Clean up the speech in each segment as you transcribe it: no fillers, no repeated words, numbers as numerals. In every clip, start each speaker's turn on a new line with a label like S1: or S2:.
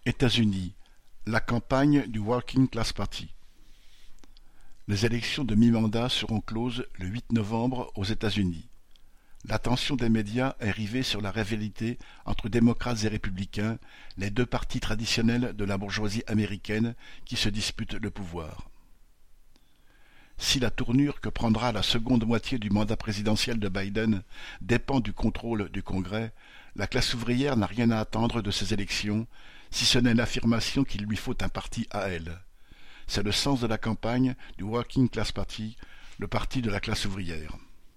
S1: États-Unis, la campagne du Working Class Party. Les élections de mi-mandat seront closes le 8 novembre aux États-Unis. L'attention des médias est rivée sur la rivalité entre démocrates et républicains, les deux partis traditionnels de la bourgeoisie américaine qui se disputent le pouvoir. Si la tournure que prendra la seconde moitié du mandat présidentiel de Biden dépend du contrôle du Congrès, la classe ouvrière n'a rien à attendre de ces élections, si ce n'est l'affirmation qu'il lui faut un parti à elle. C'est le sens de la campagne du Working Class Party, le parti de la classe ouvrière.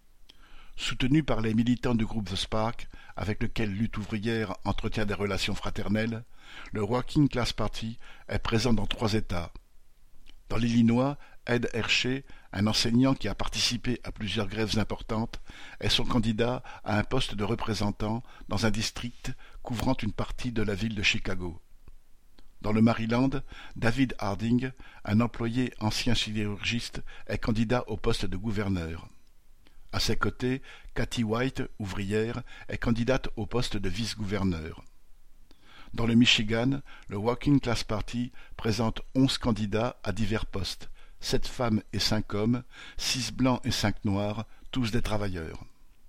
S1: Soutenu par les militants du groupe The Spark, avec lequel Lutte ouvrière entretient des relations fraternelles, le Working Class Party est présent dans 3 États. Dans l'Illinois, Ed Hershey, un enseignant qui a participé à plusieurs grèves importantes, est son candidat à un poste de représentant dans un district couvrant une partie de la ville de Chicago. Dans le Maryland, David Harding, un employé ancien sidérurgiste, est candidat au poste de gouverneur. À ses côtés, Kathy White, ouvrière, est candidate au poste de vice-gouverneur. Dans le Michigan, le Working Class Party présente 11 candidats à divers postes, 7 femmes et 5 hommes, 6 blancs et 5 noirs, tous des travailleurs.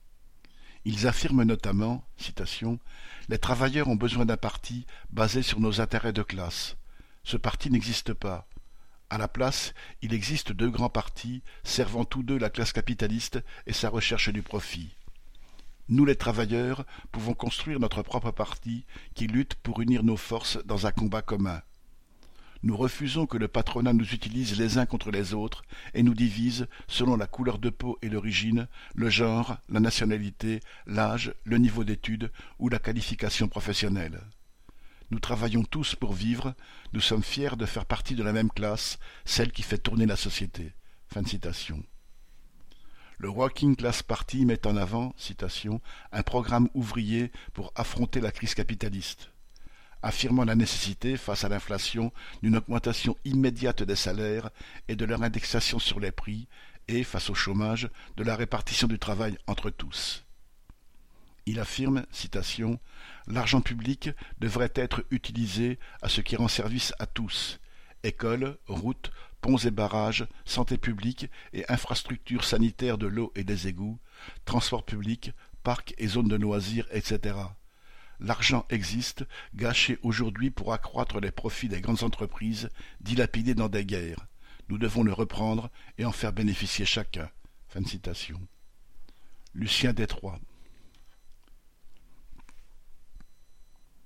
S1: Ils affirment notamment, citation, « Les travailleurs ont besoin d'un parti basé sur nos intérêts de classe. Ce parti n'existe pas. À la place, il existe 2 grands partis servant tous deux la classe capitaliste et sa recherche du profit. Nous les travailleurs pouvons construire notre propre parti qui lutte pour unir nos forces dans un combat commun. Nous refusons que le patronat nous utilise les uns contre les autres et nous divise selon la couleur de peau et l'origine, le genre, la nationalité, l'âge, le niveau d'études ou la qualification professionnelle. Nous travaillons tous pour vivre, nous sommes fiers de faire partie de la même classe, celle qui fait tourner la société. » Fin de citation. Le Working Class Party met en avant, citation, un programme ouvrier pour affronter la crise capitaliste, affirmant la nécessité, face à l'inflation, d'une augmentation immédiate des salaires et de leur indexation sur les prix, et, face au chômage, de la répartition du travail entre tous. Il affirme, citation, « L'argent public devrait être utilisé à ce qui rend service à tous, écoles, routes, ponts et barrages, santé publique et infrastructures sanitaires de l'eau et des égouts, transports publics, parcs et zones de loisirs, etc. L'argent existe, gâché aujourd'hui pour accroître les profits des grandes entreprises, dilapidés dans des guerres. Nous devons le reprendre et en faire bénéficier chacun. » Fin de citation. Lucien Détroit.